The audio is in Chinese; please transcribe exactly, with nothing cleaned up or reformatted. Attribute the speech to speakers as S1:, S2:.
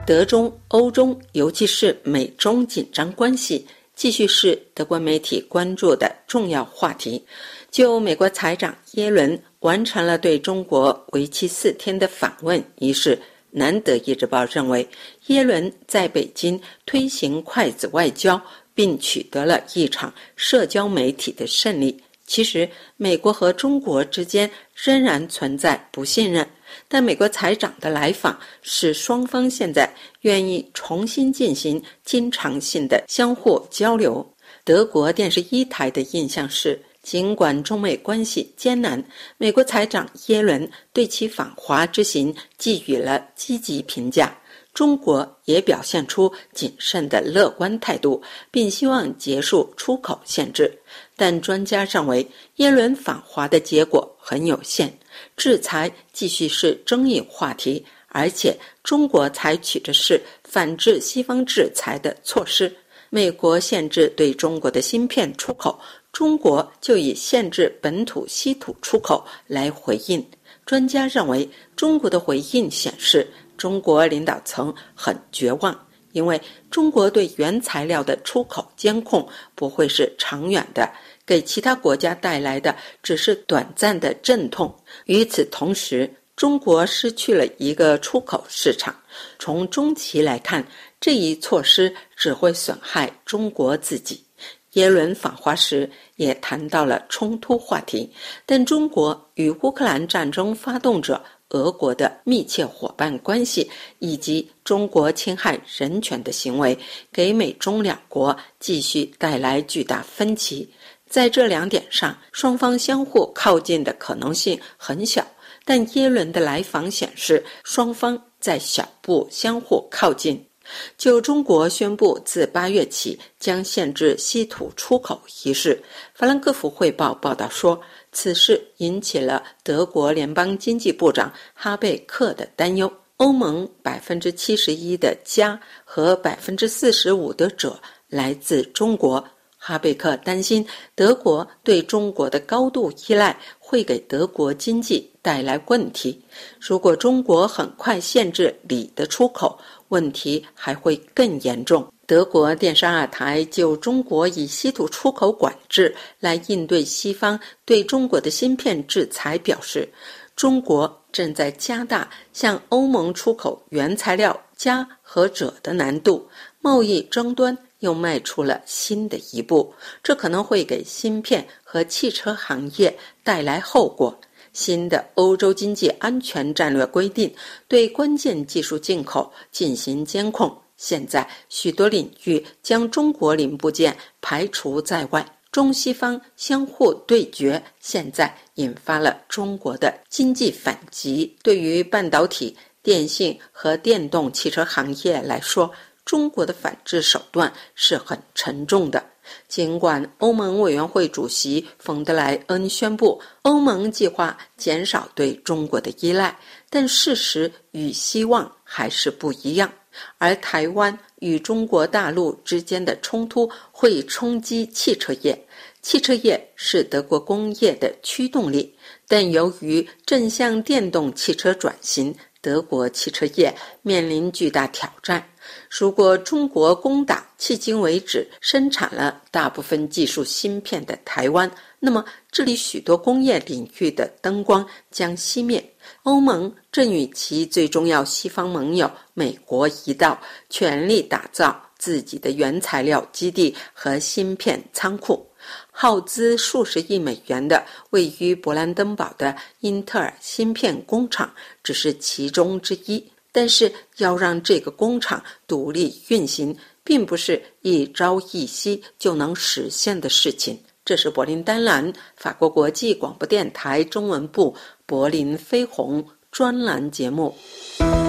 S1: 德中、欧中，尤其是美中紧张关系，继续是德国媒体关注的重要话题。就美国财长耶伦完成了对中国为期四天的访问仪式，南德意志报认为，耶伦在北京推行筷子外交，并取得了一场社交媒体的胜利。其实，美国和中国之间仍然存在不信任，但美国财长的来访使双方现在愿意重新进行经常性的相互交流。德国电视一台的印象是，尽管中美关系艰难，美国财长耶伦对其访华之行给予了积极评价。中国也表现出谨慎的乐观态度，并希望结束出口限制。但专家认为，耶伦访华的结果很有限，制裁继续是争议话题，而且中国采取的是反制西方制裁的措施。美国限制对中国的芯片出口，中国就以限制本土稀土出口来回应。专家认为，中国的回应显示，中国领导层很绝望，因为中国对原材料的出口监控不会是长远的，给其他国家带来的只是短暂的阵痛。与此同时，中国失去了一个出口市场。从中期来看，这一措施只会损害中国自己。耶伦访华时也谈到了冲突话题，但中国与乌克兰战争发动者俄国的密切伙伴关系以及中国侵害人权的行为，给美中两国继续带来巨大分歧。在这两点上，双方相互靠近的可能性很小，但耶伦的来访显示，双方在小步相互靠近。就中国宣布自八月起将限制稀土出口一事，法兰克福汇报报道说，此事引起了德国联邦经济部长哈贝克的担忧。欧盟 百分之七十一 的镓和 百分之四十五 的锗来自中国。哈贝克担心德国对中国的高度依赖会给德国经济带来问题。如果中国很快限制锂的出口，问题还会更严重。德国电视二台就中国以稀土出口管制来应对西方对中国的芯片制裁表示，中国正在加大向欧盟出口原材料镓和锗的难度，贸易争端又迈出了新的一步，这可能会给芯片和汽车行业带来后果。新的欧洲经济安全战略规定对关键技术进口进行监控，现在许多领域将中国零部件排除在外，中西方相互对决，现在引发了中国的经济反击。对于半导体、电信和电动汽车行业来说，中国的反制手段是很沉重的。尽管欧盟委员会主席冯德莱恩宣布欧盟计划减少对中国的依赖，但事实与希望还是不一样。而台湾与中国大陆之间的冲突会冲击汽车业，汽车业是德国工业的驱动力，但由于正向电动汽车转型，德国汽车业面临巨大挑战。如果中国攻打迄今为止生产了大部分技术芯片的台湾，那么这里许多工业领域的灯光将熄灭。欧盟正与其最重要西方盟友美国一道，全力打造自己的原材料基地和芯片仓库。耗资数十亿美元的位于勃兰登堡的英特尔芯片工厂只是其中之一，但是要让这个工厂独立运行，并不是一朝一夕就能实现的事情。这是柏林丹兰法国国际广播电台中文部柏林飞鸿专栏节目。